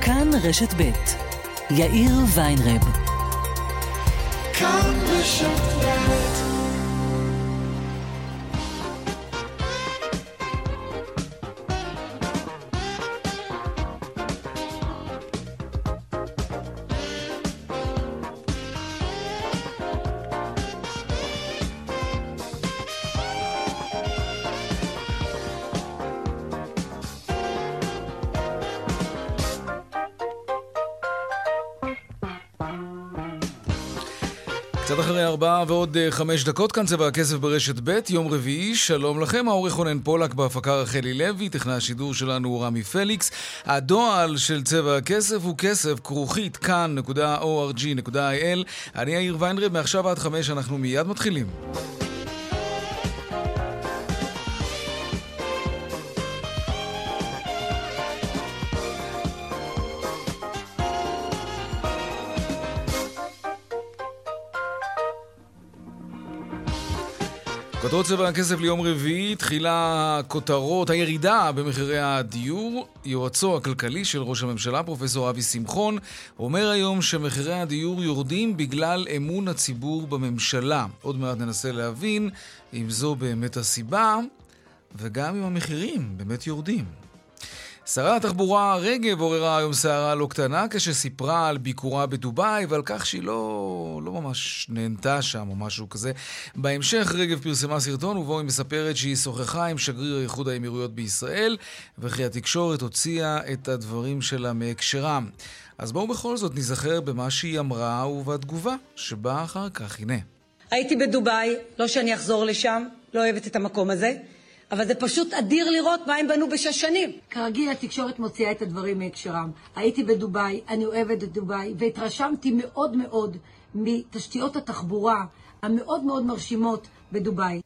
כאן רשת ב' יאיר ויינרב. כאן רשת ב'. קצת אחרי 4 ועוד 5 דקות, כאן צבע הכסף ברשת ב', יום רביעי, שלום לכם, העורך רונן פולק, בהפקה רחלי לוי, טכנאי השידור שלנו הוא רמי פליקס. הדואל של צבע הכסף הוא כסף כרוכית כאן.org.il. אני יאיר ויינרב, מעכשיו עד 5 אנחנו מיד מתחילים. כותרות צבע הכסף ליום רביעי, תחילה הכותרות, הירידה במחירי הדיור. יועצו הכלכלי של ראש הממשלה, פרופסור אבי שמחון, אומר היום שמחירי הדיור יורדים בגלל אמון הציבור בממשלה. עוד מעט ננסה להבין אם זו באמת הסיבה, וגם אם המחירים באמת יורדים. שרת התחבורה רגב עוררה היום סערה לא קטנה כשסיפרה על ביקורה בדוביי ועל כך שהיא לא ממש נהנתה שם או משהו כזה. בהמשך רגב פרסמה סרטון ובו היא מספרת שהיא שוחחה עם שגריר איחוד האמירויות בישראל וכי התקשורת הוציאה את הדברים שלה מהקשרם. אז בואו בכל זאת נזכר במה שהיא אמרה ובתגובה שבאה אחר כך. הנה. הייתי בדוביי, לא שאני אחזור לשם, לא אוהבת את המקום הזה. אבל זה פשוט אדיר לראות מה הם בנו ב6 שנים. כרגיל התקשורת מוציאה את הדברים מהקשרם. הייתי בדוביי, אני אוהבת את דוביי, והתרשמתי מאוד מאוד מתשתיות התחבורה המאוד מאוד מרשימות בדוביי.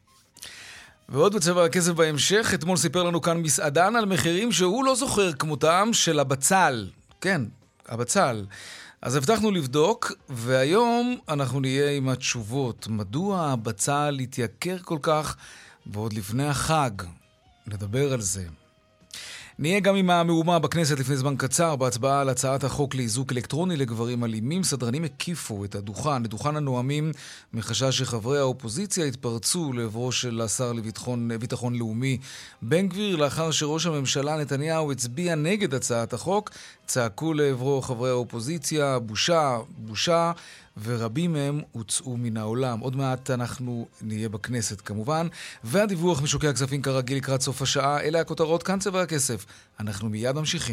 ועוד בצבע הכסף בהמשך, אתמול סיפר לנו כאן מסעדן על מחירים שהוא לא זוכר כמותם של הבצל. כן, הבצל. אז הבטחנו לבדוק, והיום אנחנו נהיה עם התשובות. מדוע הבצל התייקר כל כך? ועוד לפני החג, נדבר על זה. נהיה גם עם המהומה בכנסת לפני זמן קצר, בהצבעה על הצעת החוק לאיזוק אלקטרוני לגברים אלימים. סדרנים הקיפו את לדוכן הנואמים, מחשש שחברי האופוזיציה התפרצו לעברו של השר לביטחון לאומי בן גביר. לאחר שראש הממשלה נתניהו הצביע נגד הצעת החוק, צעקו לעברו חברי האופוזיציה, בושה, בושה, ורבים מהם הוצאו מן העולם. עוד מעט אנחנו נהיה בכנסת כמובן, והדיווח משוקי הכספים כרגיל לקראת סוף השעה. אלה הכותרות, כאן צבע הכסף. אנחנו מיד ממשיכים.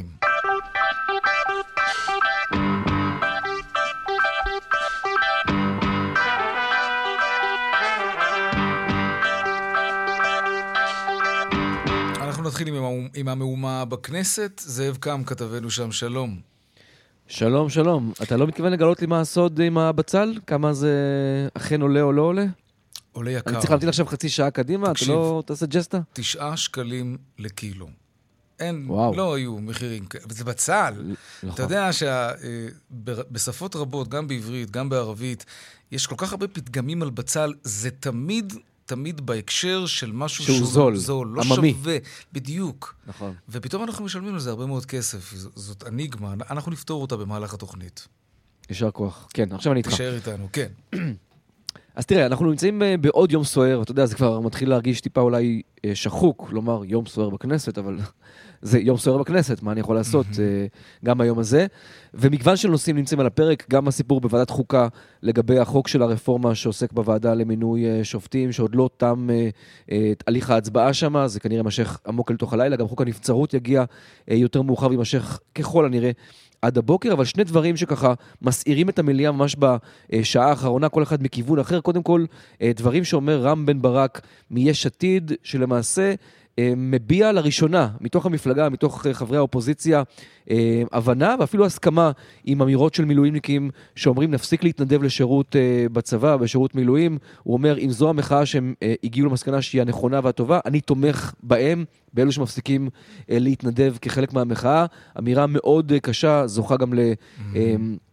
אנחנו נתחיל עם המהומה בכנסת. זאב קם כתבנו שם, שלום. שלום, שלום. אתה לא מתכוון לגלות לי מה הסוד עם הבצל? כמה זה אכן עולה או לא עולה? עולה יקר. אני צריך להמתין עכשיו חצי שעה קדימה? אתה לא תעשה ג'סטה? 9 שקלים לקילו. אין, לא היו מחירים. זה בצל. אתה יודע שבשפות רבות, גם בעברית, גם בערבית, יש כל כך הרבה פתגמים על בצל, זה תמיד בהקשר של משהו שהוא זול, לא עממי. שווה, בדיוק. נכון. ופתאום אנחנו משלמים על זה הרבה מאוד כסף. זאת אניגמה, אנחנו נפתור אותה במהלך התוכנית. ישר כוח. כן, עכשיו אני איתך. תשאר איתנו, כן. אז תראה, אנחנו נמצאים בעוד יום סוער, ואתה יודע, זה כבר מתחיל להרגיש טיפה אולי שחוק, לומר יום סוער בכנסת, אבל זה יום סוער בכנסת, מה אני יכול לעשות גם היום הזה. ומגוון של נושאים נמצאים על הפרק, גם הסיפור בוועדת חוקה לגבי החוק של הרפורמה שעוסק בוועדה למינוי שופטים, שעוד לא תם הליך ההצבעה שם, זה כנראה משך עמוק אל תוך הלילה, גם חוק הנבצרות יגיע יותר מאוחר וימשך ככל הנראה עד הבוקר, אבל שני דברים שככה מסעירים את המליאה ממש בשעה האחרונה, כל אחד מכיוון אחר. קודם כל, דברים שאומר רם בן ברק מיש עתיד, שלמעשה מביע לראשונה, מתוך המפלגה, מתוך חברי האופוזיציה, הבנה ואפילו הסכמה עם אמירות של מילואימניקים שאומרים נפסיק להתנדב לשירות בצבא, בשירות מילואים. הוא אומר, אם זו המחאה שהם הגיעו למסקנה שהיא הנכונה והטובה, אני תומך בהם, באלו שמפסיקים להתנדב כחלק מהמחאה. אמירה מאוד קשה, זוכה גם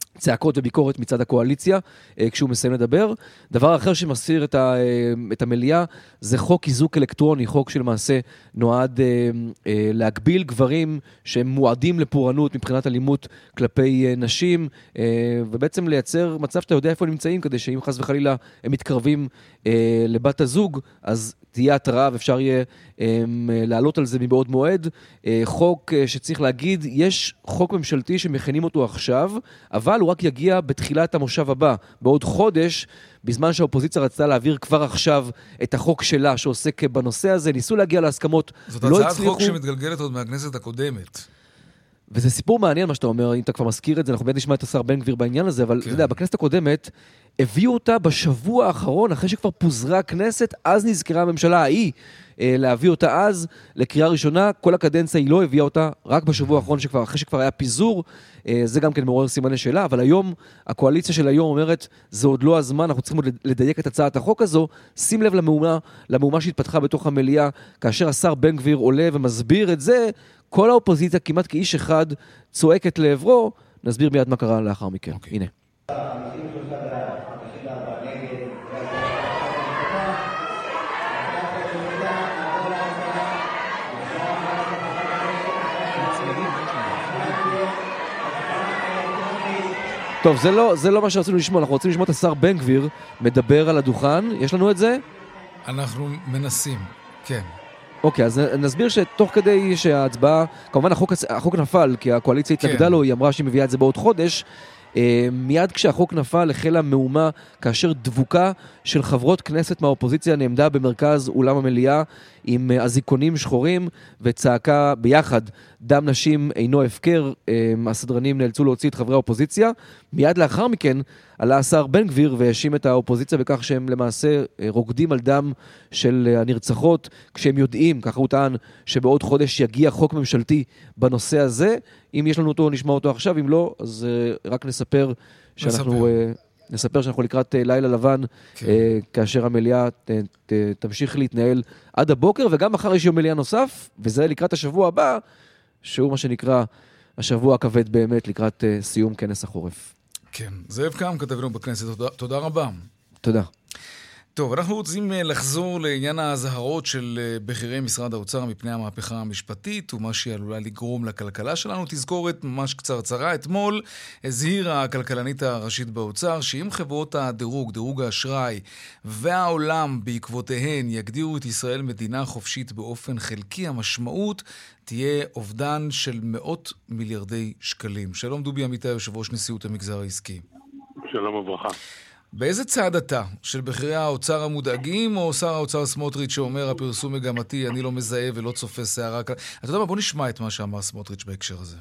צעקות וביקורת מצד הקואליציה, כשהוא מסיים לדבר. דבר אחר שמסיר את המליאה, זה חוק איזוק אלקטרוני, חוק שלמעשה נועד להגביל גברים שהם מועדים לפורענות מבחינת אלימות כלפי נשים, ובעצם לייצר מצב שאתה יודע איפה הם נמצאים, כדי שאם חס וחלילה הם מתקרבים לבת הזוג, אז תהיה התראה ואפשר יהיה לעלות על זה מבעוד מועד. חוק שצריך להגיד, יש חוק ממשלתי שמכינים אותו עכשיו, אבל הוא רק יגיע בתחילת המושב הבא, בעוד חודש, בזמן שהאופוזיציה רצתה להעביר כבר עכשיו את החוק שלה שעוסק בנושא הזה, ניסו להגיע להסכמות, זאת לא הצעת הצליחו. חוק שמתגלגלת עוד מהכנסת הקודמת. וזה סיפור מעניין מה שאתה אומר, אם אתה כבר מזכיר את זה, אנחנו באמת נשמע את השר בן גביר בעניין הזה, אבל אתה יודע, בכנסת הקודמת, הביאו אותה בשבוע האחרון, אחרי שכבר פוזרה הכנסת, אז נזכרה הממשלה ההיא להביא אותה אז לקריאה ראשונה, כל הקדנציה היא לא הביאה אותה, רק בשבוע האחרון, אחרי שכבר היה פיזור, זה גם כן מעורר סימני שאלה, אבל היום, הקואליציה של היום אומרת, זה עוד לא הזמן, אנחנו צריכים לדייק את הצעת החוק הזו, שים לב למהומה שהתפתחה בתוך המליאה, כאשר השר בן גביר עולה ומסביר את זה, כל האופוזיציה כמעט כאיש אחד צועקת לעברו, נסביר מיד מה קרה לאחר מכן. הנה. טוב, זה לא מה שרצינו לשמוע, אנחנו רוצים לשמוע את השר בן גביר מדבר על הדוכן, יש לנו את זה? אנחנו מנסים, כן. אוקיי, אז נסביר שתוך כדי שההצבעה, כמובן החוק נפל, כי הקואליציה התנגדה לו, היא אמרה שהיא מביאה את זה בעוד חודש, מיד כשהחוק נפל החלה מהומה, כאשר דבוקה של חברות כנסת מהאופוזיציה נעמדה במרכז אולם המליאה עם אזיקונים שחורים וצעקה ביחד, דם נשים אינו הפקר. הסדרנים נאלצו להוציא את חברי האופוזיציה. מיד לאחר מכן עלה השר בן גביר והאשים את האופוזיציה בכך שהם למעשה רוקדים על דם של הנרצחות, כשהם יודעים, ככה הוא טען, שבעוד חודש יגיע חוק ממשלתי בנושא הזה. אם יש לנו אותו, נשמע אותו עכשיו, אם לא, אז רק נספר שאנחנו לקראת לילה לבן, כאשר המליאה תמשיך להתנהל עד הבוקר, וגם מחר יש יום מליאה נוסף, וזה לקראת השבוע הבא, שהוא מה שנקרא השבוע הכבד באמת, לקראת סיום כנס החורף. כן, זאב קם כתבנו בכנסת, תודה רבה. תודה. טוב, אנחנו רוצים לחזור לעניין ההזהרות של בכירי משרד האוצר מפני המהפכה המשפטית ומה שהיא עלולה לגרום לכלכלה שלנו. תזכורת ממש קצרצרה. אתמול הזהירה הכלכלנית הראשית באוצר שאם חברות הדירוג, דירוג האשראי והעולם בעקבותיהן יגדירו את ישראל מדינה חופשית באופן חלקי, המשמעות תהיה אובדן של מאות מיליארדי שקלים. שלום דובי אמיתי, יושב ראש נשיאות המגזר העסקי. שלום וברכה. באיזה צעד אתה? של בכירי האוצר המודאגים, או שר האוצר סמוטריץ' שאומר הפרסום מגמתי, אני לא מזהה ולא צופה שערה? אתה יודע מה? בוא נשמע את מה שאמר סמוטריץ' בהקשר הזה.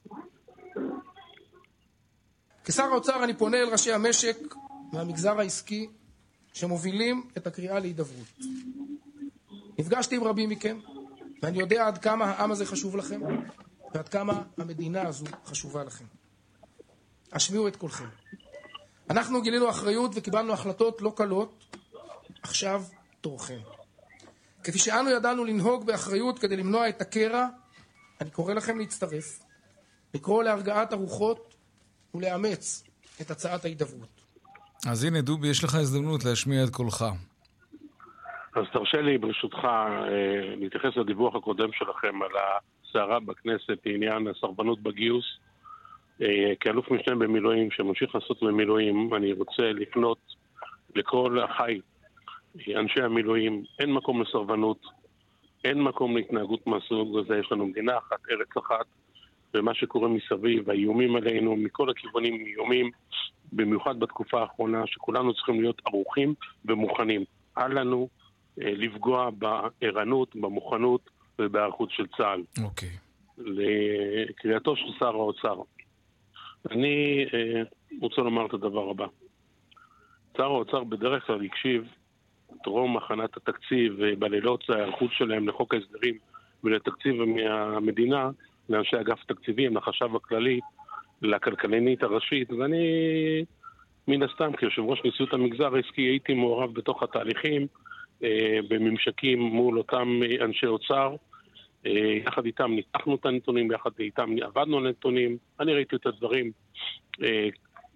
כשר האוצר אני פונה אל ראשי המשק והמגזר העסקי שמובילים את הקריאה להידברות. נפגשתי עם רבים מכם, ואני יודע עד כמה העם הזה חשוב לכם, ועד כמה המדינה הזו חשובה לכם. השמיעו את קולכם. אנחנו גילינו אחריות וקיבלנו החלטות לא קלות, עכשיו תורכם. כפי שאנו ידענו לנהוג באחריות כדי למנוע את הקרע, אני קורא לכם להצטרף, לקרוא להרגעת הרוחות ולאמץ את הצעת ההידברות. אז הנה דובי, יש לך הזדמנות להשמיע את קולך. אז תרשה לי ברשותך להתייחס לדיווח הקודם שלכם על הסערה בכנסת בעניין הסרבנות בגיוס. כאלוף משנה במילואים שממשיך לעשות במילואים, אני רוצה לפנות לכל אחי אנשי המילואים. אין מקום לסרבנות, אין מקום להתנהגות מהסוג הזה. יש לנו מדינה אחת, ארץ אחת, ומה שקורה מסביב, האיומים עלינו מכל הכיוונים איומים, במיוחד בתקופה האחרונה, שכולנו צריכים להיות ערוכים ומוכנים. אל לנו לפגוע בערנות, במוכנות ובהיערכות של צה"ל. אוקיי. לקריאתו של שר האוצר. אני רוצה לומר את הדבר הבא. שר האוצר בדרך כלל הקשיב טרום הכנת התקציב ובלילות ההיערכות שלהם לחוק ההסדרים ולתקציב מהמדינה, לאנשי אגף תקציבים, לחשב הכללי, לכלכלנית הראשית, ואני מן הסתם כיושב ראש נשיאות המגזר העסקי הייתי מעורב בתוך התהליכים, בממשקים מול אותם אנשי אוצר, יחד איתם ניתחנו את הנתונים, יחד איתם עבדנו על הנתונים, אני ראיתי את הדברים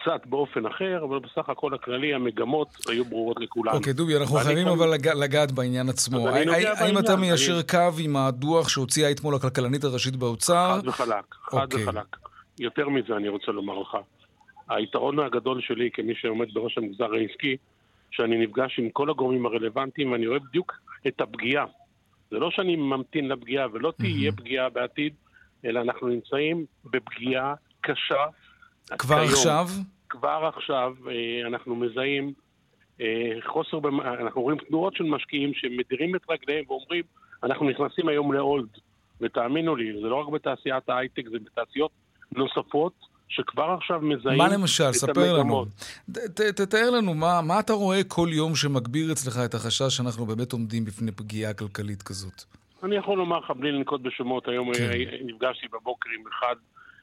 קצת באופן אחר, אבל בסך הכל הכללי המגמות היו ברורות לכולנו. אוקיי, דובי, אנחנו חייבים אבל לגעת בעניין עצמו. האם אתה מיישר קו עם הדוח שהוציאה אתמול הכלכלנית הראשית באוצר? חד וחלק. יותר מזה אני רוצה לומר לך. היתרון הגדול שלי כמי שעומד בראש המגזר העסקי, שאני נפגש עם כל הגורמים הרלוונטיים, ואני רואה בדיוק את הפגיעה. זה לא שאני ממתין לפגיעה, ולא תהיה פגיעה בעתיד, אלא אנחנו נמצאים בפגיעה קשה. כבר עכשיו? כבר עכשיו אנחנו מזהים חוסר, אנחנו רואים תנועות של משקיעים שמדירים את רגליהם ואומרים, אנחנו נכנסים היום לאולד. ותאמינו לי, זה לא רק בתעשיית ההייטק, זה בתעשיות נוספות, שכבר עכשיו מזהים מה למשל? ספר לנו. תתאר לנו, מה אתה רואה כל יום שמגביר אצלך את החשש שאנחנו באמת עומדים בפני פגיעה כלכלית כזאת? אני יכול לומר לך, בלי לנקוט בשמות, היום נפגשתי בבוקר עם אחד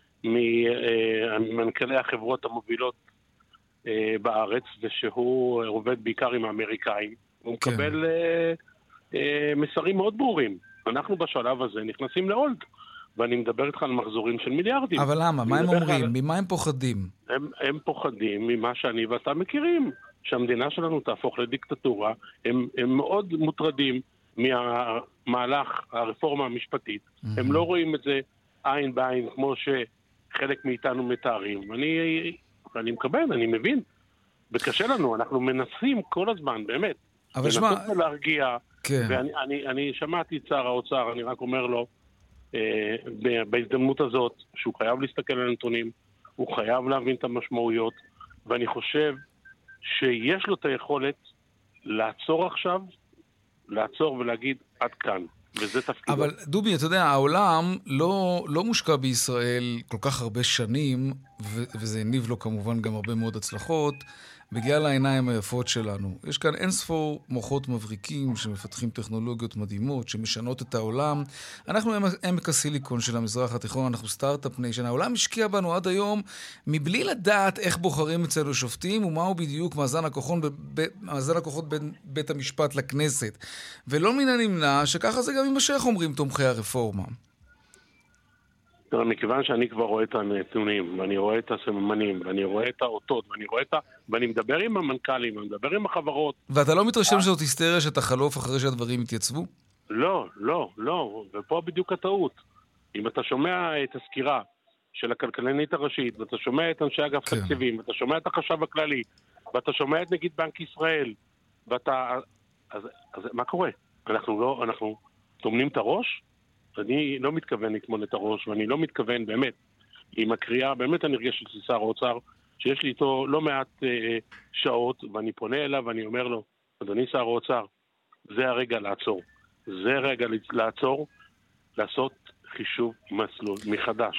ממנכ"לי החברות המובילות בארץ, ושהוא עובד בעיקר עם האמריקאים. הוא מקבל מסרים מאוד ברורים. אנחנו בשלב הזה נכנסים לאולד. ואני מדבר איתך על מחזורים של מיליארדים. אבל למה? מה הם אומרים? ממה הם פוחדים? הם פוחדים ממה שאני ואתה מכירים, שהמדינה שלנו תהפוך לדיקטטורה. הם מאוד מוטרדים מהמהלך, הרפורמה המשפטית. הם לא רואים את זה עין בעין, כמו שחלק מאיתנו מתארים. אני מקבל, אני מבין. וקשה לנו, אנחנו מנסים כל הזמן, באמת. אבל שמע... מנסים להרגיע. ואני שמעתי את שר האוצר, אני רק אומר לו, בהזדמנות הזאת, שהוא חייב להסתכל על הנתונים, הוא חייב להבין את המשמעויות, ואני חושב שיש לו את היכולת לעצור עכשיו, לעצור ולהגיד עד כאן, וזה תפקידו. אבל דובי, אתה יודע, העולם לא מושקע בישראל כל כך הרבה שנים, וזה הניב לו כמובן גם הרבה מאוד הצלחות, בגלל העיניים היפות שלנו. יש כאן אינספור מוחות מבריקים שמפתחים טכנולוגיות מדהימות, שמשנות את העולם. אנחנו עמק הסיליקון של המזרח התיכון, אנחנו סטארט-אפ ניישן. העולם השקיע בנו עד היום מבלי לדעת איך בוחרים אצלנו שופטים, ומהו בדיוק מאזן הכוחות בין בית המשפט לכנסת. ולא מן הנמנע שככה זה גם יימשך, אומרים תומכי הרפורמה. מכיוון שאני כבר רואה את הנתונים, ואני רואה את הסממנים, ואני רואה את האותות, ואני מדבר עם המנכ"לים, ואני מדבר עם החברות. ואתה לא מתרשם שזאת היסטריה שתחלוף אחרי שהדברים יתייצבו? לא, ופה בדיוק הטעות. אם אתה שומע את הסקירה של הכלכלנית הראשית, ואתה שומע את אנשי אגף תקציבים, ואתה שומע את החשב הכללי, ואתה שומע את נגיד בנק ישראל, אז מה קורה? אנחנו תומנים את הראש? אני לא מתכוון לתמון את הראש, ואני לא מתכוון באמת, עם הקריאה באמת הנרגשת של שר האוצר, שיש לי איתו לא מעט שעות, ואני פונה אליו ואני אומר לו, אדוני שר האוצר, זה הרגע לעצור. זה הרגע לעצור, לעשות חישוב מסלול מחדש.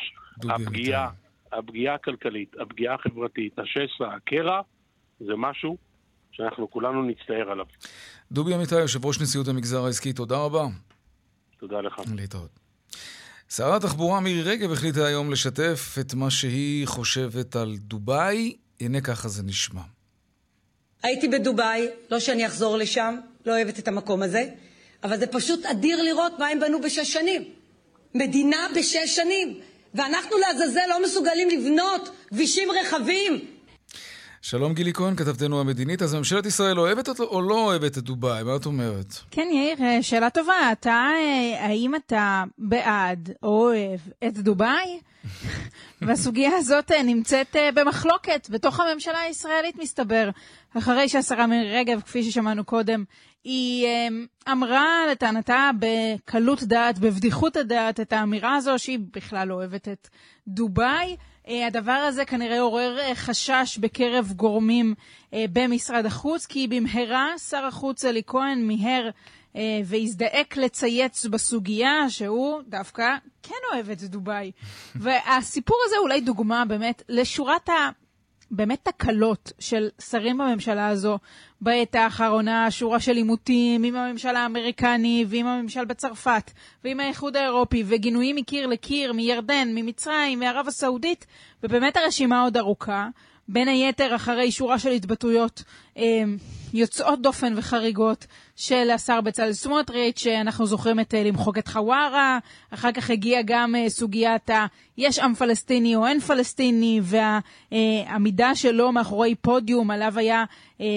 הפגיעה הכלכלית, הפגיעה החברתית, השסע, הקרע, זה משהו שאנחנו כולנו נצטער עליו. דובי אמיתי, יושב ראש נשיאות המגזר העסקי, תודה רבה. תודה לך. להתראות. שרת התחבורה מירי רגב החליטה היום לשתף את מה שהיא חושבת על דובאי. הנה ככה זה נשמע. הייתי בדובאי, לא שאני אחזור לשם, לא אוהבת את המקום הזה, אבל זה פשוט אדיר לראות מה הם בנו ב6 שנים. מדינה ב6 שנים. ואנחנו לעזאזל לא מסוגלים לבנות כבישים רחבים. שלום גילי כהן, כתבתנו המדינית. אז ממשלת ישראל אוהבת או לא אוהבת את דובאי? מה את אומרת? כן, יאיר, שאלה טובה. האם אתה בעד או אוהב את דובאי? והסוגיה הזאת נמצאת במחלוקת בתוך הממשלה הישראלית, מסתבר. אחרי שהשרה מירי רגב, כפי ששמענו קודם, היא אמרה לטענתה בקלות דעת, בבדיחות הדעת, את האמירה הזו שהיא בכלל לא אוהבת את דובאי. הדבר הזה כנראה עורר חשש בקרב גורמים במשרד החוץ, כי במהרה שר החוץ אלי כהן מיהר והזדעק לצייץ בסוגיה שהוא דווקא כן אוהב את דובאי. והסיפור הזה אולי דוגמה באמת לשורת באמת תקלות של שרים בממשלה הזו בעת האחרונה, שורה של עימותים עם הממשל האמריקני ועם הממשל בצרפת ועם האיחוד האירופי, וגינויים מקיר לקיר, מירדן, ממצרים, מערב הסעודית, ובאמת הרשימה עוד ארוכה. בין היתר אחרי שורה של התבטאויות יוצאות דופן וחריגות של השר בצלאל סמוטריץ', שאנחנו זוכרים את למחוק את חווארה, אחר כך הגיעה גם סוגיית יש עם פלסטיני או אין פלסטיני, והעמידה שלו מאחורי פודיום, עליו היה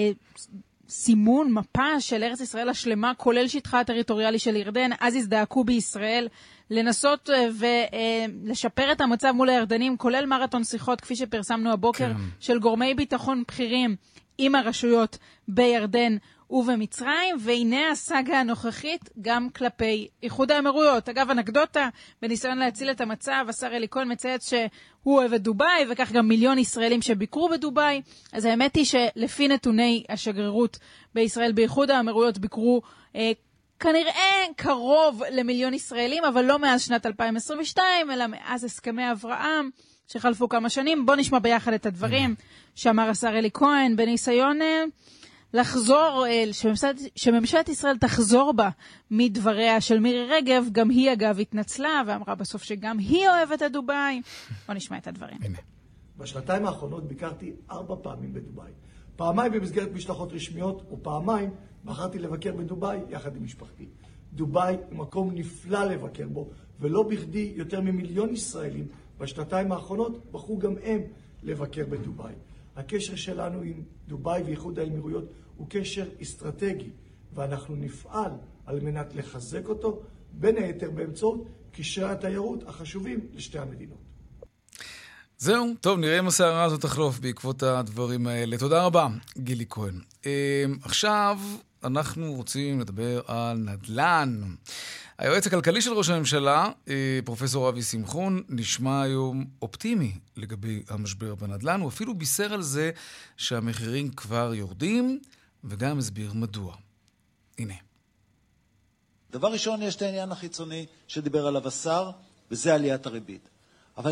סימון, מפה של ארץ ישראל השלמה, כולל שטחה הטריטוריאלי של ירדן. אז הזדעקו בישראל לנסות ולשפר את המצב מול הירדנים, כולל מרתון שיחות, כפי שפרסמנו הבוקר, של גורמי ביטחון בכירים עם הרשויות בירדן ובמצרים, והנה הסאגה הנוכחית גם כלפי איחוד האמירויות. אגב, אנקדוטה, בניסיון להציל את המצב, השר אלי כהן מצייץ שהוא אוהב את דוביי, וכך גם מיליון ישראלים שביקרו בדוביי. אז האמת היא שלפי נתוני השגרירות בישראל באיחוד האמירויות ביקרו כנראה קרוב למיליון ישראלים, אבל לא מאז שנת 2022, אלא מאז הסכמי אברהם שחלפו כמה שנים. בוא נשמע ביחד את הדברים שאמר השר אלי כהן בניסיון לחזור, שממשלת ישראל תחזור בה מדבריה של מירי רגב. גם היא אגב התנצלה ואמרה בסוף שגם היא אוהבת את דוביי. בוא נשמע את הדברים. בשנתיים האחרונות ביקרתי 4 פעמים בדוביי. פעמיים במסגרת משלחות רשמיות, ופעמיים בחרתי לבקר בדוביי יחד עם משפחתי. דוביי הוא מקום נפלא לבקר בו, ולא בכדי יותר ממיליון ישראלים בשנתיים האחרונות בחרו גם הם לבקר בדוביי. הקשר שלנו עם דוביי ואיחוד האמירויות הוא קשר אסטרטגי, ואנחנו נפעל על מנת לחזק אותו, בין היתר באמצעות קשרי התיירות החשובים לשתי המדינות. זהו, טוב, נראה אם הסערה הזאת תחלוף בעקבות הדברים האלה. תודה רבה, גילי כהן. עכשיו אנחנו רוצים לדבר על נדל"ן. היועץ הכלכלי של ראש הממשלה, פרופסור אבי שמחון, נשמע היום אופטימי לגבי המשבר בנדל"ן. הוא אפילו בישר על זה שהמחירים כבר יורדים, וגם הסביר מדוע. הנה. דבר ראשון, יש את העניין החיצוני שדיבר עליו השר, וזה עליית הריבית. אבל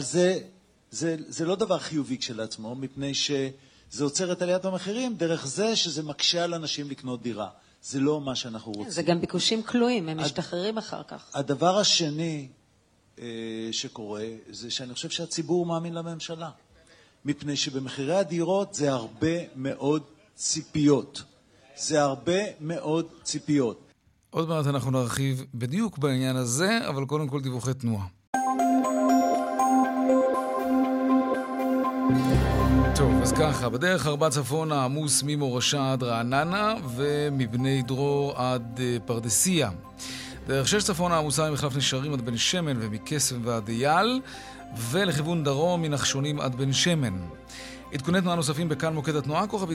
זה לא דבר חיובי כשלעצמו, מפני שזה עוצר את עליית המחירים דרך זה שזה מקשה על אנשים לקנות דירה. זה לא מה שאנחנו רוצים. זה גם ביקושים כלואים, הם משתחררים אחר כך. הדבר השני שקורה זה שאני חושב שהציבור מאמין לממשלה. מפני שבמחירי הדירות זה הרבה מאוד ציפיות. זה הרבה מאוד ציפיות. עוד מעט אנחנו נרחיב בדיוק בעניין הזה, אבל קודם כל דיווחי תנועה. טוב, אז ככה, בדרך 4 צפונה עמוס ממורשה עד רעננה ומבני דרור עד פרדסיה. דרך 6 צפונה עמוסה ממחלף נשרים עד בן שמן ומקסם ועד אייל, ולכיוון דרום מנחשונים עד בן שמן. עדכוני תנועה נוספים בכאן מוקד התנועה, כוכבי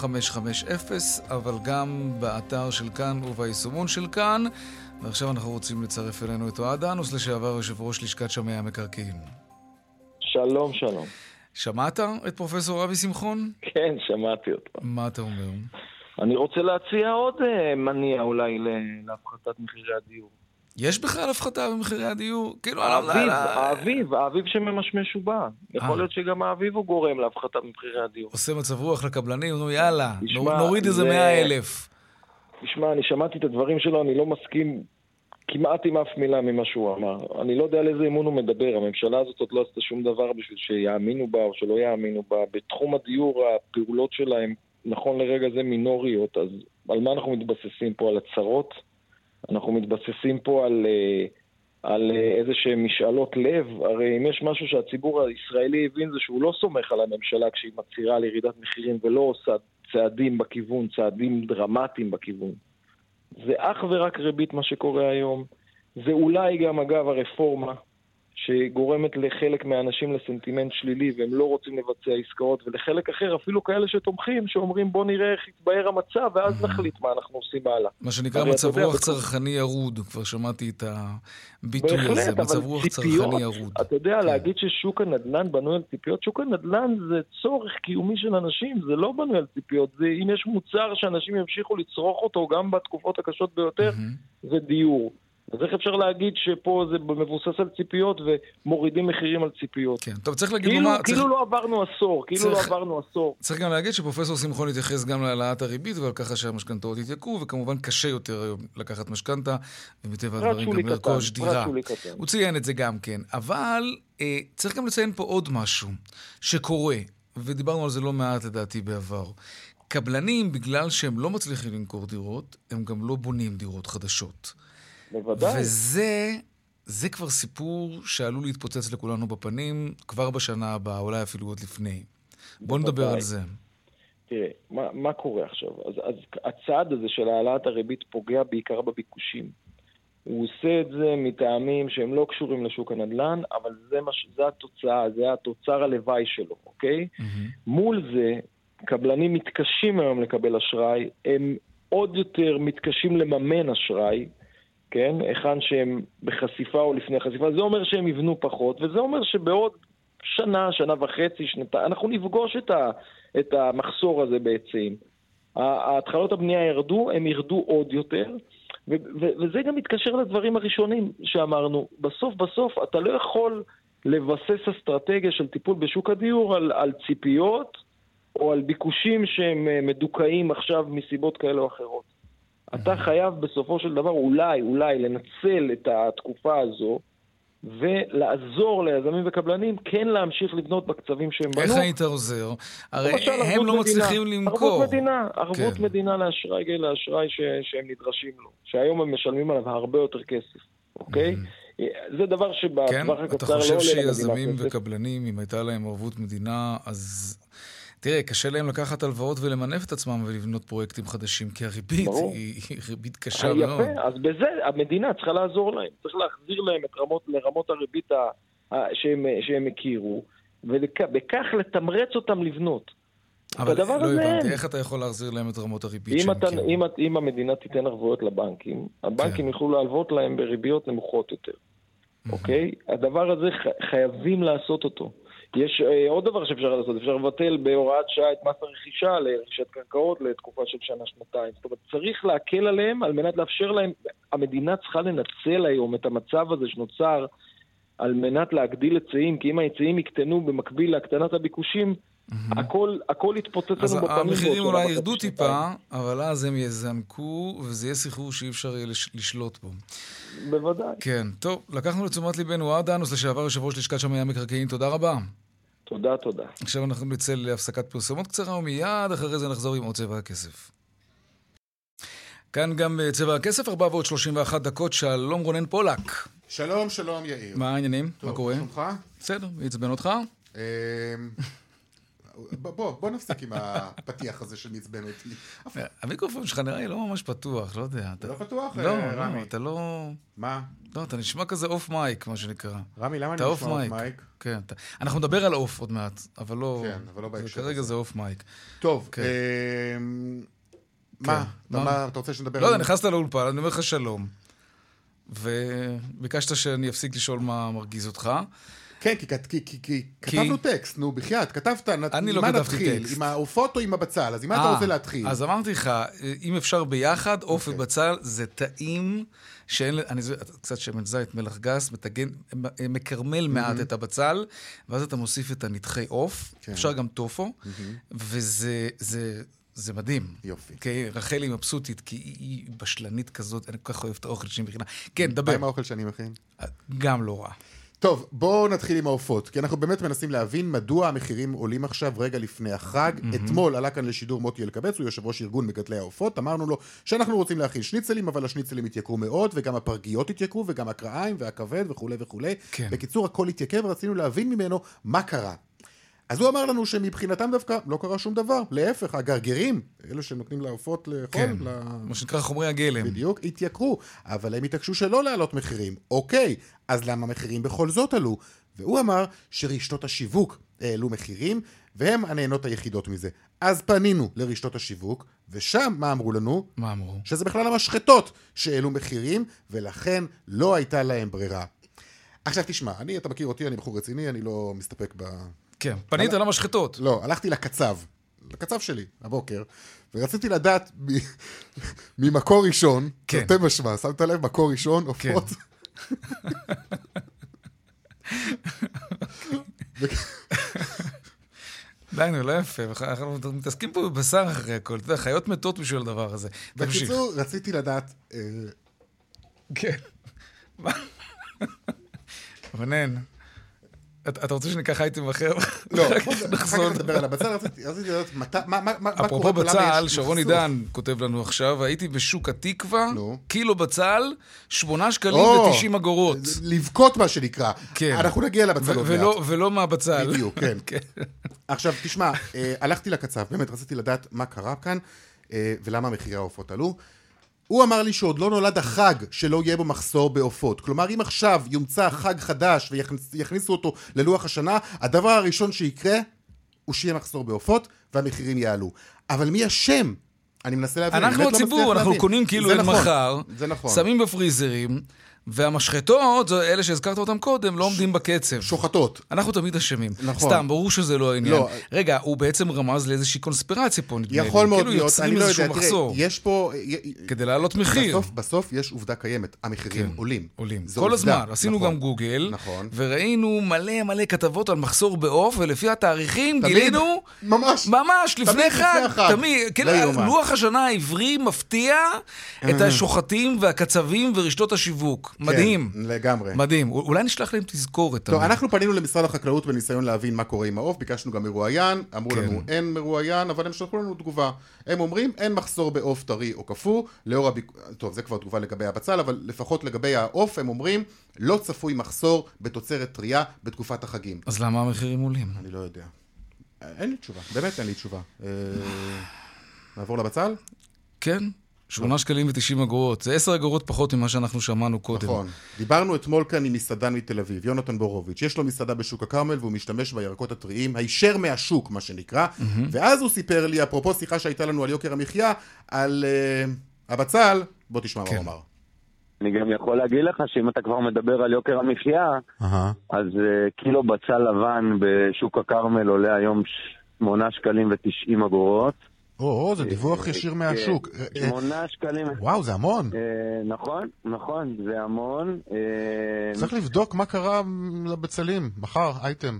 9550, אבל גם באתר של כאן וביישומון של כאן. ועכשיו אנחנו רוצים לצרף אלינו את אוהד אנוס, לשעבר יושב ראש לשכת שמאי המקרקעין. שלום, שלום. שמעת את פרופסור אבי שמחון? כן, שמעתי אותו. מה אתה אומר? אני רוצה להציע עוד מניע אולי להפחתת מחירי הדיור. יש בכלל הפחתה במחירי הדיור? כאילו האביב שממשמש ובא. יכול להיות שגם האביב הוא גורם להפחתת מחירי הדיור. עושה מצב רוח לקבלנים, נו יאללה, נוריד איזה 100,000. תשמע, אני שמעתי את הדברים שלו, אני לא מסכים כמעט עם אף מילה ממה שהוא אמר. אני לא יודע על איזה אמון הוא מדבר. הממשלה הזאת עוד לא עשתה שום דבר בשביל שיאמינו בה או שלא יאמינו בה. בתחום הדיור הפעולות שלהם נכון לרגע זה מינוריות. אז על מה אנחנו מתבססים פה? על הצרות? אנחנו מתבססים פה על איזה שהם משאלות לב. הרי אם יש משהו שהציבור הישראלי הבין זה שהוא לא סומך על הממשלה כשהיא מצהירה על ירידת מחירים ולא עושה צעדים בכיוון, צעדים דרמטיים בכיוון. זה אך ורק ריבית מה שקורה היום. זה אולי גם אגב הרפורמה שגורמת לחלק מהאנשים לסנטימנט שלילי והם לא רוצים לבצע עסקאות, ולחלק אחר אפילו כאלה שתומכים שאומרים בוא נראה איך יתבהר המצב ואז נחליט מה אנחנו עושים הלאה. מה שנקרא מצב רוח צרכני ירוד, כבר שמעתי את הביטוי הזה, מצב רוח צרכני ירוד. אתה יודע, להגיד ששוק הנדל"ן בנוי על ציפיות, שוק הנדל"ן זה צורך קיומי של אנשים, זה לא בנוי על ציפיות, זה אם יש מוצר שאנשים ימשיכו לצרוך אותו גם בתקופות הקשות ביותר, זה דיור. אז איך אפשר להגיד שפה זה מבוסס על ציפיות ומורידים מחירים על ציפיות? כן, טוב, צריך להגיד מה... כאילו לא עברנו עשור, צריך גם להגיד שפרופסור שמחון התייחס גם להעלאת הריבית ועל ככה שהמשכנתאות התייקרו, וכמובן קשה יותר היום לקחת משכנתה, ומטבע הדברים גם לרכוש דירה. הוא ציין את זה גם כן. אבל צריך גם לציין פה עוד משהו שקורה, ודיברנו על זה לא מעט לדעתי בעבר. קבלנים, בגלל שהם לא מצליחים למכור דירות, הם גם לא בונים דירות חדשות. בוודאי. וזה כבר סיפור שעלול להתפוצץ לכולנו בפנים, כבר בשנה הבאה, אולי אפילו עוד לפני. בואו נדבר על זה. תראה, מה קורה עכשיו? אז הצעד הזה של העלאת הריבית פוגע בעיקר בביקושים. הוא עושה את זה מטעמים שהם לא קשורים לשוק הנדל"ן, אבל זה התוצאה, זה התוצר הלוואי שלו, אוקיי? מול זה, קבלנים מתקשים היום לקבל אשראי, הם עוד יותר מתקשים לממן אשראי, כן? היכן שהם בחשיפה או לפני חשיפה, זה אומר שהם יבנו פחות, וזה אומר שבעוד שנה, שנה וחצי, שנתיים, אנחנו נפגוש את המחסור הזה בהיצעים. ההתחלות הבנייה ירדו, הם ירדו עוד יותר, וזה גם מתקשר לדברים הראשונים שאמרנו. בסוף אתה לא יכול לבסס אסטרטגיה של טיפול בשוק הדיור על ציפיות או על ביקושים שהם מדוכאים עכשיו מסיבות כאלה או אחרות. אתה חייב בסופו של דבר אולי לנצל את התקופה הזו ולעזור ליזמים וקבלנים כן להמשיך לבנות בקצבים שהם בנו. איך היית עוזר? הרי הם לא מצליחים למכור. ערבות מדינה לאשראי שהם נדרשים לו, שהיום הם משלמים עליו הרבה יותר כסף, אוקיי? זה דבר שבטווח הקצר לא עולה למדינה. אתה חושב שיזמים וקבלנים, אם הייתה להם ערבות מדינה, אז תראה, קשה להם לקחת הלוואות ולמנף את עצמם ולבנות פרויקטים חדשים, כי הריבית היא ריבית קשה מאוד. יפה, אז בזה המדינה צריכה לעזור להם. צריך להחזיר להם לרמות הריבית שהם הכירו, ובכך לתמרץ אותם לבנות. אבל לא הבנתי, איך אתה יכול להחזיר להם את רמות הריבית שהם הכירו? אם המדינה תיתן ערבויות לבנקים, הבנקים יוכלו להלוות להם בריביות נמוכות יותר. אוקיי? הדבר הזה חייבים לעשות אותו. יש עוד דבר שאפשר לעשות, אפשר לבטל בהוראת שעה את מס הרכישה לרכישת קרקעות לתקופה של שנה-שנתיים. זאת אומרת, צריך להקל עליהם על מנת לאפשר להם, המדינה צריכה לנצל היום את המצב הזה שנוצר על מנת להגדיל היצעים, כי אם ההיצעים יקטנו במקביל להקטנת הביקושים, הכל יתפוצץ לנו בפנים. אז המחירים אולי ירדו טיפה, אבל אז הם יזנקו, וזה יהיה סחרור שאי אפשר יהיה לשלוט בו. בוודאי. כן, טוב, לקחנו לתשומת ליבנו אוהד דאנוס, לשעבר יושב ראש לשכת שמאי המקרקעין, תודה רבה. תודה. עכשיו אנחנו נצא להפסקת פרסומות קצרה, ומיד אחרי זה נחזור עם עוד צבע הכסף. כאן גם צבע הכסף, 4:31, שלום רונן פולק. שלום יאיר. מה העניינים? מה קורה? שלומך? בסדר, יצבן אותך? בוא נפסיק עם הפתיח הזה שמעצבן אותי. המיקרופון שלך נראה לי לא ממש פתוח, לא יודע. אתה לא פתוח, רמי? אתה לא... מה? לא, אתה נשמע כזה אוף מייק, מה שנקרא. רמי, למה אני נשמע אוף מייק? כן, אנחנו נדבר על אוף עוד מעט, אבל לא... כן, אבל לא בהקשר. כרגע זה אוף מייק. טוב, מה? אתה רוצה שנדבר על... לא יודע, נכנסת לאולפן, אני אומר לך שלום. וביקשת שאני אפסיק לשאול מה מרגיז אותך. כן, כי כתבנו טקסט, נו, בחייאת, כתבת, מה נתחיל? עם העופות או עם הבצל? אז עם מה אתה רוצה להתחיל? אז אמרתי לך, אם אפשר ביחד, עוף ובצל, זה טעים שאין, קצת שמן זית, מלח גס, מקרמל מעט את הבצל, ואז אתה מוסיף את הנתחי עוף, אפשר גם טופו, וזה מדהים. יופי. רחל היא מבסוטית, כי היא בשלנית כזאת, אני כל כך אוהב את האוכל שאני מכינה. כן, דבר. מה עם האוכל שאני מכין? גם לא רע. טוב, בואו נתחיל עם העופות, כי אנחנו באמת מנסים להבין מדוע המחירים עולים עכשיו רגע לפני החג. אתמול עלה כאן לשידור מוטי אלקבץ, הוא יושב ראש ארגון מגדלי העופות, אמרנו לו שאנחנו רוצים להכין שניצלים, אבל השניצלים התייקרו מאוד, וגם הפרגיות התייקרו, וגם הקרעיים והכבד וכו' וכו'. בקיצור, הכל התייקר, ורצינו להבין ממנו מה קרה. אז הוא אמר לנו שמבחינתם דווקא לא קרה שום דבר, להפך, הגרגרים, אלו שנותנים לעופות לאכול, כן, מה שנקרא חומרי הגלם. בדיוק, התייקרו, אבל הם התעקשו שלא להעלות מחירים. אוקיי, אז למה מחירים בכל זאת עלו? והוא אמר שרשתות השיווק העלו מחירים, והם הנהנות היחידות מזה. אז פנינו לרשתות השיווק, ושם מה אמרו לנו? מה אמרו? שזה בכלל המשחטות שהעלו מחירים, ולכן לא הייתה להם ברירה. עכשיו תשמע, אתה מכיר אותי, אני בחור רציני, אני לא מסתפק כן, פנית למשחטות. לא, הלכתי לקצב שלי, הבוקר, ורציתי לדעת ממקור ראשון, תרתי משמע, שמת לב, מקור ראשון, עופות. די, נו, לא יפה, אנחנו מתעסקים פה בבשר אחרי הכל, אתה יודע, חיות מתות בשביל הדבר הזה. בקיצור, רציתי לדעת... כן. רונן. אתה רוצה שניקח אייטם אחר? לא, אחר כך נדבר על הבצל, רציתי לדעת, מה קורה? אפרופו בצל, שרון עידן כותב לנו עכשיו, הייתי בשוק התקווה, קילו בצל, 8 שקלים ו90 אגורות. לבכות מה שנקרא. אנחנו נגיע לבצל עוד מעט. ולא מהבצל. בדיוק, כן. עכשיו, תשמע, הלכתי לקצב, באמת רציתי לדעת מה קרה כאן, ולמה מחירי העופות עלו. הוא אמר לי שעוד לא נולד החג שלא יהיה בו מחסור בעופות. כלומר, אם עכשיו יומצא חג חדש ויכניסו אותו ללוח השנה, הדבר הראשון שיקרה הוא שיהיה מחסור בעופות והמחירים יעלו. אבל מי השם? אני מנסה להבין. אנחנו הציבור, אנחנו קונים כאילו אין מחר, שמים בפריזרים, והמשחטות, אלה שהזכרת אותם קודם, לא עומדים בקצב. שוחטות. אנחנו תמיד אשמים. נכון. סתם, ברור שזה לא העניין. לא. רגע, הוא בעצם רמז לאיזושהי קונספירציה פה, נדמה לי. יכול מאוד כאילו להיות, אני לא יודע, תראה, יש פה... כדי להעלות מחיר. בסוף יש עובדה קיימת, המחירים עולים. עולים. כל הזמן, עשינו גם גוגל, וראינו מלא כתבות על מחסור בעוף, ולפי התאריכים גילינו... ממש, לפני חג. תמיד. לוח השנה העברי מפתיע את השוחטים והקצבים ורשתות השיווק. מדהים. כן, לגמרי. מדהים. אולי נשלח להם תזכורת. טוב, אנחנו פנינו למשרד החקלאות בניסיון להבין מה קורה עם העוף, ביקשנו גם מרואיין, אמרו לנו אין מרואיין, אבל הם שלחו לנו תגובה. הם אומרים, אין מחסור בעוף טרי או קפוא, טוב, זה כבר תגובה לגבי הבצל, אבל לפחות לגבי העוף, הם אומרים, לא צפוי מחסור בתוצרת טריה בתקופת החגים. אז למה המחירים עולים? אני לא יודע. אין לי תשובה, באמת אין לי תשובה. נעבור לבצל? כן. 8 שקלים ו90 אגורות. זה 10 אגורות פחות ממה שאנחנו שמענו קודם. נכון. דיברנו אתמול כאן עם מסעדן מתל אביב, יונתן בורוביץ'. יש לו מסעדה בשוק הכרמל, והוא משתמש בירקות הטריים, הישר מהשוק, מה שנקרא. ואז הוא סיפר לי, אפרופו שיחה שהייתה לנו על יוקר המחיה, על הבצל, בוא תשמע מה הוא אמר. אני גם יכול להגיד לך שאם אתה כבר מדבר על יוקר המחיה, אז קילו בצל לבן בשוק הכרמל עולה היום 8 שקלים ו90 אגורות. זה דיווח ישיר מהשוק. 8 שקלים. וואו, זה המון. נכון, זה המון. צריך לבדוק מה קרה לבצלים. מחר, אייטם,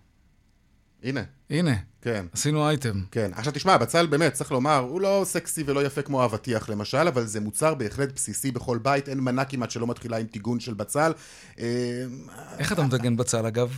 הנה. כן. עשינו אייטם. כן. עכשיו תשמע, הבצל באמת, צריך לומר, הוא לא סקסי ולא יפה כמו אבטיח למשל, אבל זה מוצר בהחלט בסיסי בכל בית. אין מנה כמעט שלא מתחילה עם טיגון של בצל. איך אתה מדגן בצל, אגב?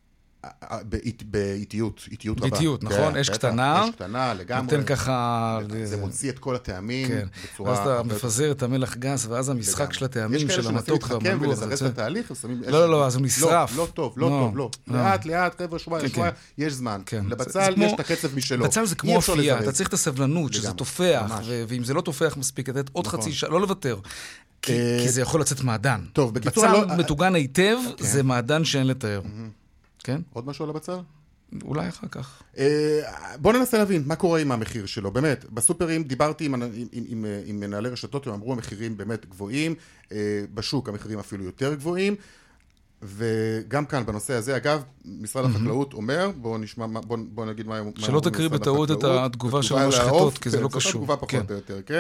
באיטיות רבה. באיטיות, נכון? אש קטנה. אש קטנה, לגמרי. נותן ככה... זה מוציא את כל הטעמים. בצורה... ואז אתה מפזר את המלח גס, ואז המשחק של הטעמים של המתוק והמלוח. יש כאלה שמנסים להתחכם ולזרז את התהליך, לא, אז הוא נשרף. לא טוב. לאט, חבר'ה, שבוע, יש זמן. לבצל יש את הקצב משלו. בצל זה כמו אפייה, אתה צריך את הסבלנות, שזה תופח, ואם זה לא תופח מספיק, לתת עוד חצי שעה, לא לוותר. כי זה יכול לצאת מעדן. בצל מטוגן היטב, זה מעדן שאין לתאר. כן? עוד משהו על הבצל? אולי אחר כך. בוא ננסה להבין מה קורה עם המחיר שלו. באמת, בסופרים דיברתי עם מנהלי רשתות, הם אמרו המחירים באמת גבוהים, בשוק המחירים אפילו יותר גבוהים, וגם כאן בנושא הזה, אגב, משרד החקלאות אומר, בוא נגיד מה... שלא תקריא בטעות את התגובה של המשחטות, כי זה לא קשור. זאת התגובה פחות או יותר, כן?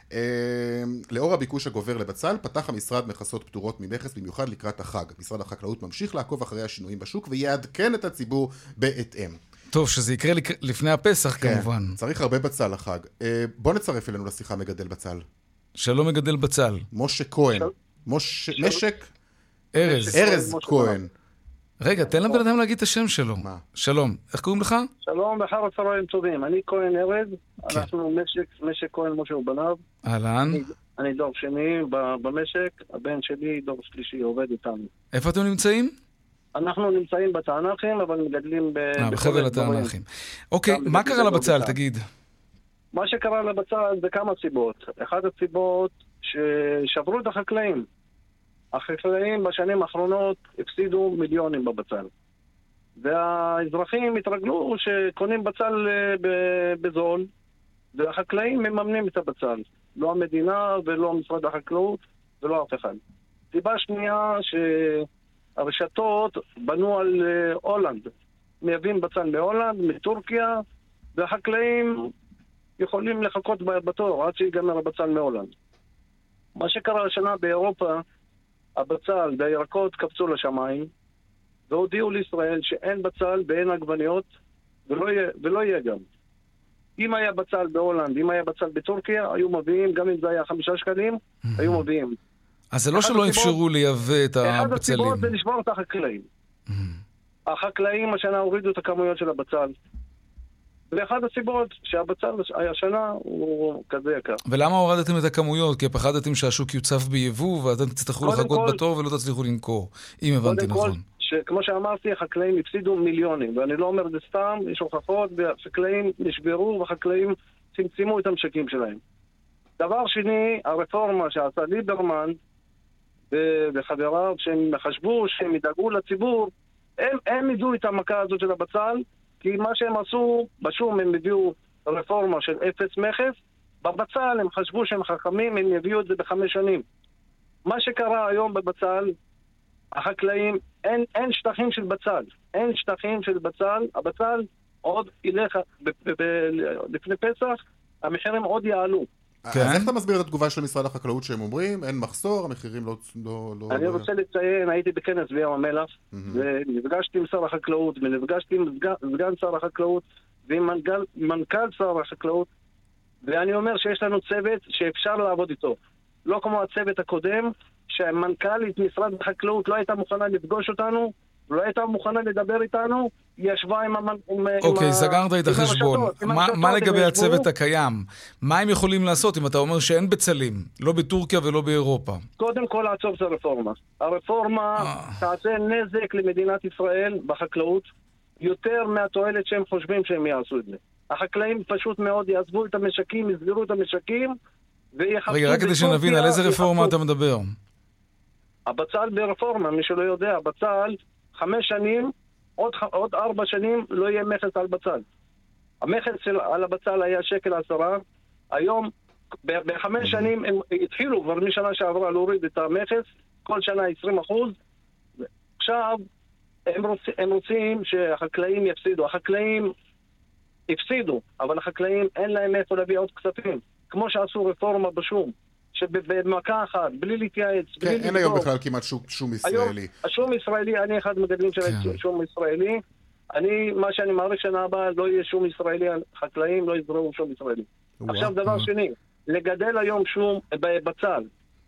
לאור הביקוש הגובר לבצל, פתח המשרד מכסות פטורות ממכס במיוחד לקראת החג. משרד החקלאות ממשיך לעקוב אחרי השינויים בשוק ויעדכן את הציבור בהתאם. טוב, שזה יקרה לפני הפסח כמובן. צריך הרבה בצל לחג. בוא נצרף אלינו לשיחה מגדל בצל. שלום מגדל בצל. משה כהן. משק? ארז כהן. רגע, תן לבן אדם להגיד את השם שלו. שלום, איך קוראים לך? שלום, בחר הצהריים טובים. אני כהן ארז, אנחנו משק כהן משה ובניו. אהלן. אני דור שני במשק, הבן שלי דור שלישי עובד איתנו. איפה אתם נמצאים? אנחנו נמצאים בתענכים, אבל מגדלים בחבל התענכים. אוקיי, מה קרה לבצל, תגיד? מה שקרה לבצל זה כמה סיבות. אחת הסיבות ששברו את החקלאים. החקלאים בשנים האחרונות הפסידו מיליונים בבצל. והאזרחים התרגלו שקונים בצל בזול, והחקלאים מממנים את הבצל. לא המדינה ולא משרד החקלאות ולא אף אחד. סיבה שנייה שהרשתות בנו על הולנד. מייבאים בצל מהולנד, מטורקיה, והחקלאים יכולים לחכות בתור עד שיגמר הבצל מהולנד. מה שקרה השנה באירופה, הבצל והירקות קפצו לשמיים, והודיעו לישראל שאין בצל ואין עגבניות, ולא יהיה גם. אם היה בצל בהולנד, אם היה בצל בטורקיה, היו מביאים, גם אם זה היה 5 שקלים, היו מביאים. אז זה לא שלא אפשרו לייבא את הבצלים. אחד הסיבות זה לשבור את החקלאים. החקלאים השנה הורידו את הכמויות של הבצל. ואחת הסיבות שהבצל השנה הוא כזה יקר. ולמה הורדתם את הכמויות? כי פחדתם שהשוק יוצף ביבוא ואתם תצטרכו לחכות בתור ולא תצליחו למכור, אם הבנתי נכון. כמו שאמרתי, החקלאים הפסידו מיליונים, ואני לא אומר זה סתם, יש הוכחות, והחקלאים נשברו והחקלאים צמצמו את המשקים שלהם. דבר שני, הרפורמה שעשה ליברמן וחבריו, שהם חשבו שהם ידאגו לציבור, הם ידעו את המכה הזאת של הבצל, כי מה שהם עשו, בשום הם הביאו רפורמה של אפס מכס, בבצל הם חשבו שהם חכמים, הם יביאו את זה ב5 שנים. מה שקרה היום בבצל, החקלאים, אין שטחים של בצל. אין שטחים של בצל. הבצל עוד ילך, לפני פסח, המחירים עוד יעלו. אז איך אתה מסביר את התגובה של משרד החקלאות שהם אומרים? אין מחסור, המחירים לא... אני רוצה לציין, הייתי בכנס בים המלח, ונפגשתי עם שר החקלאות, ונפגשתי עם סגן שר החקלאות, ועם מנכ"ל שר החקלאות, ואני אומר שיש לנו צוות שאפשר לעבוד איתו. לא כמו הצוות הקודם, שהמנכ"לית משרד החקלאות לא הייתה מוכנה לפגוש אותנו, לא הייתה מוכנה לדבר איתנו, היא ישבה עם... אוקיי, סגרת את החשבון. מה לגבי הצוות הקיים? מה הם יכולים לעשות אם אתה אומר שאין בצלים? לא בטורקיה ולא באירופה. קודם כל לעצור את הרפורמה. הרפורמה תעשה נזק למדינת ישראל בחקלאות, יותר מהתועלת שהם חושבים שהם יעשו את זה. החקלאים פשוט מאוד יעזבו את המשקים, יסגרו את המשקים, ויחפשו... רגע, רק כדי שנבין, על איזה רפורמה אתה מדבר? הבצל ברפורמה, מי שלא יודע, הבצל 5 שנים, עוד 4 שנים לא יהיה מכס על בצל. המכס על הבצל היה 1.10 שקל, היום ב5 שנים הם התחילו כבר משנה שעברה להוריד את המכס, כל שנה 20%. עכשיו הם רוצים שהחקלאים יפסידו. החקלאים הפסידו, אבל החקלאים אין להם איפה להביא עוד כספים. כמו שעשו רפורמה בשום, שבמכה אחת, בלי להתייעץ, בלי לבדוק. אין היום בכלל כמעט שום ישראלי. היום, השום ישראלי, אני אחד מגדלים של שום ישראלי. מה שאני מעריך שנה הבאה, לא יהיה שום ישראלי, חקלאים לא יזרעו שום ישראלי. עכשיו דבר שני, לגדל היום שום בצל,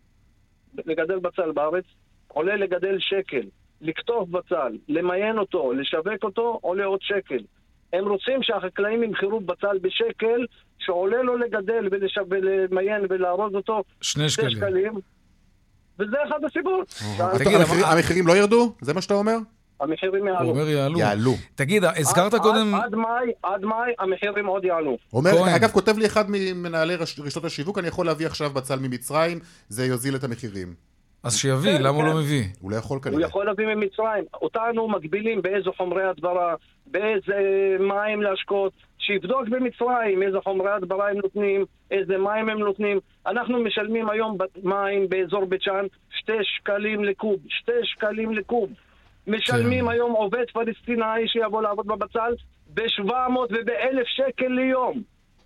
לגדל בצל בארץ, עולה לגדל שקל, לכתוב בצל, למיין אותו, לשווק אותו, עולה עוד שקל. הם רוצים שהחקלאים ימכרו בצל בשקל, שעולה לו לגדל ולמיין ולארוז אותו 2 שקלים. וזה אחד הסיבות. המחירים לא ירדו? זה מה שאתה אומר? המחירים יעלו. הוא אומר יעלו. תגיד, הזכרת קודם... עד מאי המחירים עוד יעלו. אגב, כותב לי אחד ממנהלי רשתות השיווק, אני יכול להביא עכשיו בצל ממצרים, זה יוזיל את המחירים. אז שיביא, למה הוא לא מביא? הוא לא יכול כנראה. הוא יכול להביא ממצרים. אותנו מגבילים באיזה חומרי הדברה, באיזה מים להשקות, שיבדוק במצרים איזה חומרי הדברה הם נותנים, איזה מים הם נותנים. אנחנו משלמים היום מים באזור בית שאן 2 שקלים לקוב, 2 שקלים לקוב. משלמים היום עובד פלסטינאי שיבוא לעבוד בבצל ב-700 וב-1,000 שקל ליום.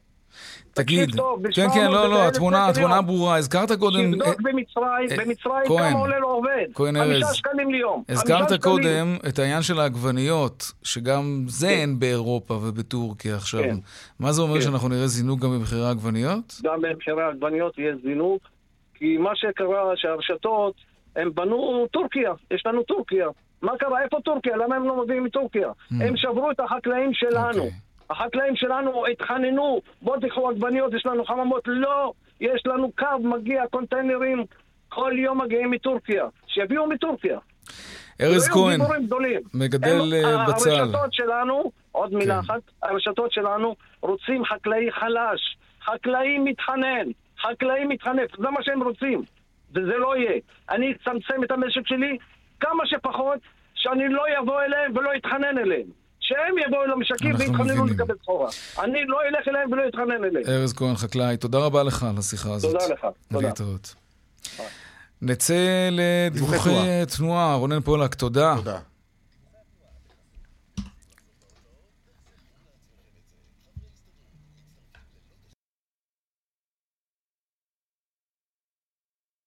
תגיד, כן, לא, התמונה ברורה, הזכרת קודם... שיבדוק במצרים כמה עולה לו עובד, 5 שקלים ליום. הזכרת קודם את העניין של העגבניות, שגם זה אין באירופה ובטורקיה עכשיו. מה זה אומר שאנחנו נראה זינוק גם במחירי העגבניות? גם במחירי העגבניות יהיה זינוק, כי מה שקרה שהרשתות, הם בנו טורקיה, יש לנו טורקיה. מה קרה? איפה טורקיה? למה הם לא מביאים מטורקיה? הם שברו את החקלאים שלנו. החקלאים שלנו התחננו, בוא תקחו עגבניות, יש לנו חממות. לא, יש לנו קו, מגיע קונטיינרים, כל יום מגיעים מטורקיה. שיביאו מטורקיה. ארז כהן, מגדל בצל. הרשתות שלנו, עוד מילה אחת, הרשתות שלנו רוצים חקלאי חלש, חקלאי מתחנן, חקלאי מתחנף, זה מה שהם רוצים. וזה לא יהיה. אני אצמצם את המשק שלי כמה שפחות, שאני לא יבוא אליהם ולא אתחנן אליהם. שהם יבואו למשקים והתחננו לקבל סחורה. אני לא אלך אליהם ולא אתחנן אליהם. ארז כהן, חקלאי, תודה רבה לך על השיחה הזאת. תודה לך. תודה. להתראות. נצא לדיווחי תנועה. רונן פולק, תודה. תודה.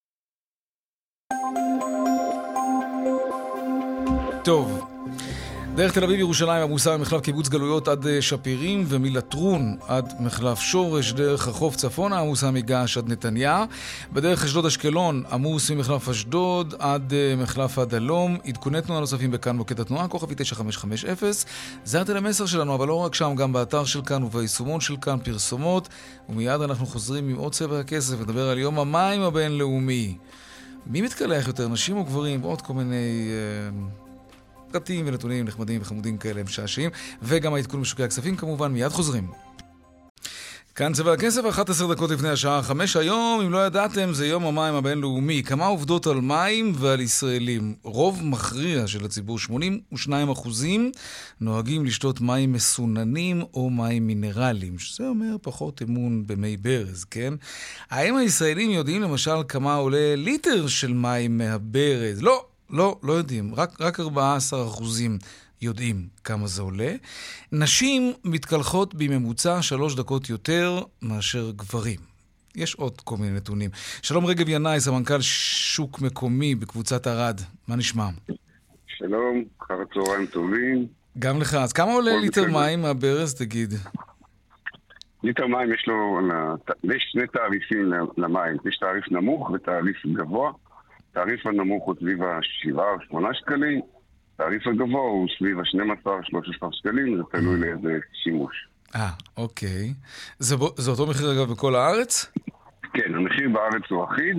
טוב, דרך תל אביב ירושלים עמוסה ממחלף קיבוץ גלויות עד שפירים ומלטרון עד מחלף שורש. דרך החוף צפונה עמוסה מגעש עד נתניה. בדרך אשדוד אשקלון עמוס ממחלף אשדוד עד מחלף הדלום. עדכוני תנועה נוספים בכאן מוקד התנועה כוכבי 9550. זה הטלמסר שלנו, אבל לא רק שם, גם באתר של כאן וביישומון של כאן פרסומות. ומיד אנחנו חוזרים עם עוד צבע הכסף ונדבר על יום המים הבינלאומי. מי מתקלח יותר, נשים או גברים? ועוד כל מיני פרטים ונתונים נחמדים וחמודים כאלה משעשעים, וגם העדכון משוקי הכספים כמובן. מיד חוזרים. כאן צבע הכסף, 11 דקות לפני השעה 5. היום, אם לא ידעתם, זה יום המים הבינלאומי. כמה עובדות על מים ועל ישראלים. רוב מכריע של הציבור, 82%, נוהגים לשתות מים מסוננים או מים מינרליים, שזה אומר פחות אמון במי ברז, כן? האם הישראלים יודעים למשל כמה עולה ליטר של מים מהברז? לא יודעים. רק 14% יודעים כמה זה עולה. נשים מתקלחות בממוצע 3 דקות יותר מאשר גברים. יש עוד כל מיני נתונים. שלום רגב ינאי, סמנכ"ל שוק מקומי בקבוצת ערד. מה נשמע? שלום, אחר הצהריים טובים. גם לך. אז כמה עולה ליטר מים מהברז, תגיד? ליטר מים יש לו, יש שני תעריפים למים. יש תעריף נמוך ותעריף גבוה. התעריף הנמוך הוא סביב ה7 או 8 שקלים. התעריף הגבוה הוא סביב ה12-13 שקלים, זה תלוי לאיזה שימוש. אוקיי. זה אותו מחיר אגב בכל הארץ? כן, המחיר בארץ הוא אחיד,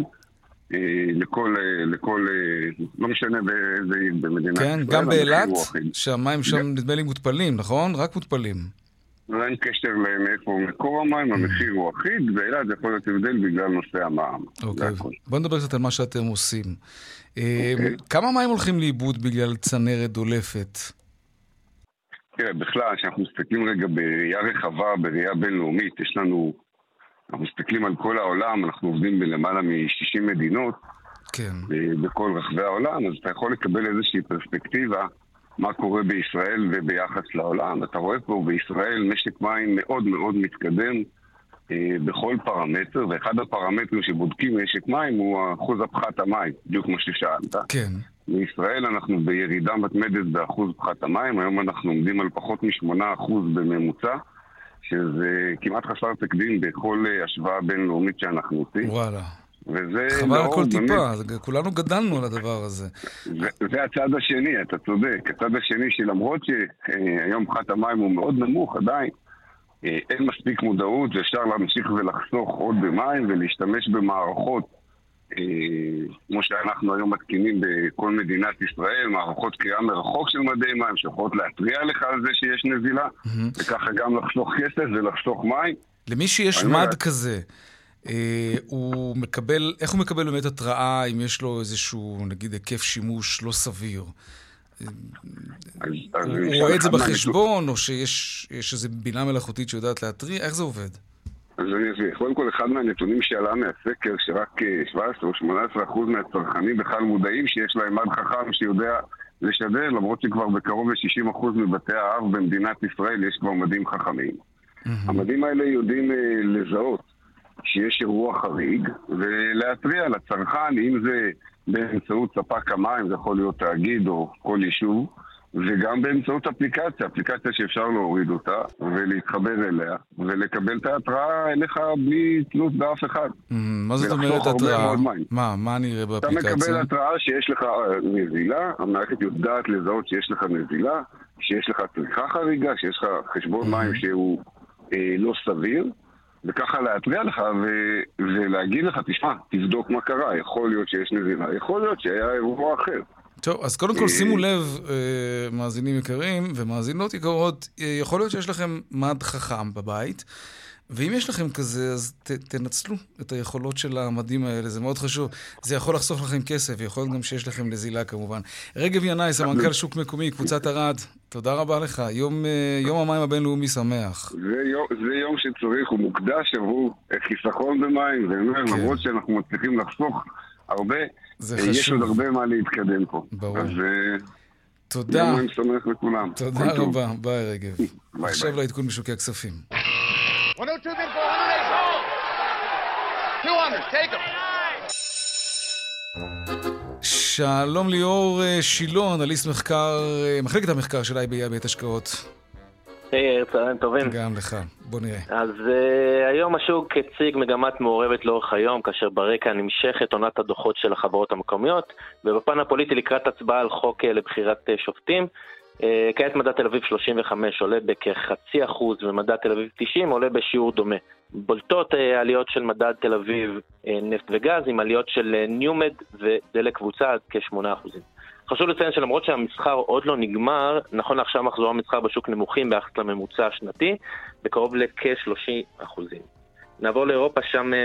לכל, לא משנה באיזה עיר במדינת ישראל. כן, גם באילת, שהמים שם נדמה לי מותפלים, נכון? רק מותפלים. אין קשר מאיפה מקור המים, המחיר הוא אחיד, באילת זה יכול להיות הבדל בגלל נושא המע"מ. אוקיי, בוא נדבר קצת על מה שאתם עושים. כמה מים הולכים לאיבוד בגלל צנרת דולפת? תראה, בכלל, כשאנחנו מסתכלים רגע בראייה רחבה, בראייה בינלאומית, אנחנו מסתכלים על כל העולם, אנחנו עובדים בלמעלה מ-60 מדינות, בכל רחבי העולם, אז אתה יכול לקבל איזושהי פרספקטיבה, מה קורה בישראל וביחס לעולם. אתה רואה פה בישראל משק מים מאוד מאוד מתקדם בכל פרמטר, ואחד הפרמטרים שבודקים משק מים הוא אחוז הפחת המים, בדיוק כמו ששאלת. כן. בישראל אנחנו בירידה מתמדת באחוז פחת המים, היום אנחנו עומדים על פחות מ8% בממוצע, שזה כמעט חסר תקדים בכל השוואה בינלאומית שאנחנו עושים. וואלה. חבל על כל טיפה, כולנו גדלנו על הדבר הזה. זה הצד השני, אתה צודק. הצד השני שלמרות שהיום פחת המים הוא מאוד נמוך, עדיין אין מספיק מודעות, ואפשר להמשיך ולחסוך עוד במים ולהשתמש במערכות, כמו שאנחנו היום מתקינים בכל מדינת ישראל, מערכות קריאה מרחוק של מדי מים, שיכולות להטריע לך על זה שיש נזילה, וככה גם לחסוך כסף ולחסוך מים. למי שיש מד כזה, הוא מקבל, איך הוא מקבל באמת התראה אם יש לו איזשהו, נגיד, היקף שימוש לא סביר? הוא רואה את זה בחשבון, או שיש איזו בינה מלאכותית שיודעת להתריע? איך זה עובד? אז אני אסביר. קודם כל, אחד מהנתונים שעלה מהסקר, שרק 17 או 18% מהצרכנים בכלל מודעים שיש להם מד חכם שיודע לשדר, למרות שכבר בקרוב ל-60% מבתי האב במדינת ישראל יש כבר מדים חכמים. המדים האלה יודעים לזהות שיש אירוע חריג, ולהטריע לצרכן, אם זה באמצעות ספק המים, זה יכול להיות תאגיד או כל יישוב, וגם באמצעות אפליקציה שאפשר להוריד אותה ולהתחבר אליה, ולקבל את ההתראה אליך בלי תלות באף אחד. מה זאת אומרת התראה? מה נראה באפליקציה? אתה מקבל התראה שיש לך נזילה, המערכת יודעת לזהות שיש לך נזילה, שיש לך צריכה חריגה, שיש לך חשבון מים שהוא לא סביר, וככה להטריע לך ולהגיד לך, תשמע, תבדוק מה קרה, יכול להיות שיש נזילה, יכול להיות שהיה אירוע אחר. טוב, אז קודם כל שימו לב, מאזינים יקרים ומאזינות יקרות, יכול להיות שיש לכם מד חכם בבית, ואם יש לכם כזה, אז תנצלו את היכולות של המדים האלה, זה מאוד חשוב. זה יכול לחסוך לכם כסף, ויכול להיות גם שיש לכם נזילה כמובן. רגב ינאי, סמנכ"ל שוק מקומי, קבוצת ערד, תודה רבה לך. יום המים הבינלאומי שמח. זה יום שצריך, הוא מוקדש עבור חיסכון במים, למרות שאנחנו מצליחים לחסוך הרבה, יש עוד הרבה מה להתקדם פה. ברור. אז תודה. יום מים שמח לכולם. תודה רבה, ביי רגב. עכשיו לעדכון בשוקי הכספים. 102 bid for 108 sold. 200, take them. שלום ליאור שילון, אנליסט מחלקת המחקר של IBI בית השקעות. צהריים טובים. גם לך, בוא נראה. אז היום השוק הציג מגמת מעורבת לאורך היום, כאשר ברקע נמשכת עונת הדוחות של החברות המקומיות, ובפן הפוליטי לקראת הצבעה על חוק לבחירת שופטים. כעת מדד תל אביב 35 עולה בכ0.5% ומדד תל אביב 90 עולה בשיעור דומה. בולטות עליות של מדד תל אביב נפט וגז עם עליות של ניומד ודלק קבוצה עד כ8%. חשוב לציין שלמרות שהמסחר עוד לא נגמר, נכון לעכשיו מחזור המסחר בשוק נמוכים ביחס לממוצע השנתי, בקרוב לכ30%. נעבור לאירופה,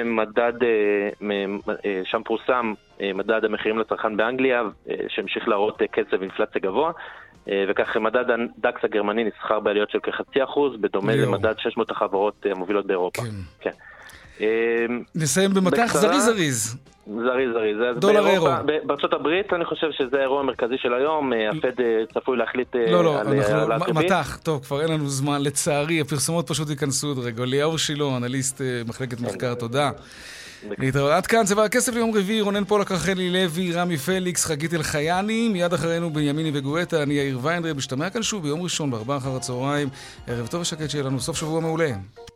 שם פורסם מדד המחירים לצרכן באנגליה, שהמשיך להראות קצב אינפלציה גבוה, וכך מדד הדקס הגרמני נסחר בעליות של כ0.5%, בדומה למדד 600 החברות המובילות באירופה. כן. נסיים במתח זריז. דולר אירו. בארצות הברית אני חושב שזה האירוע המרכזי של היום, הפד צפוי להחליט על העלאת ריבית. מתח, טוב, כבר אין לנו זמן, לצערי, הפרסומות פשוט ייכנסו עוד רגע. ליאור שילון, אנליסט מחלקת מחקר, תודה. להתראות. עד כאן צבע הכסף ליום רביעי, רונן פולק, רחלי לוי, רמי פליקס, חגית אלחייני, מיד אחרינו בנימיני וגואטה, אני יאיר ויינרב, משתמע כאן שוב ביום ראשון ב4:00 אחר הצהריים. ערב טוב ושקט, שיהיה לנו סוף שבוע מעולה.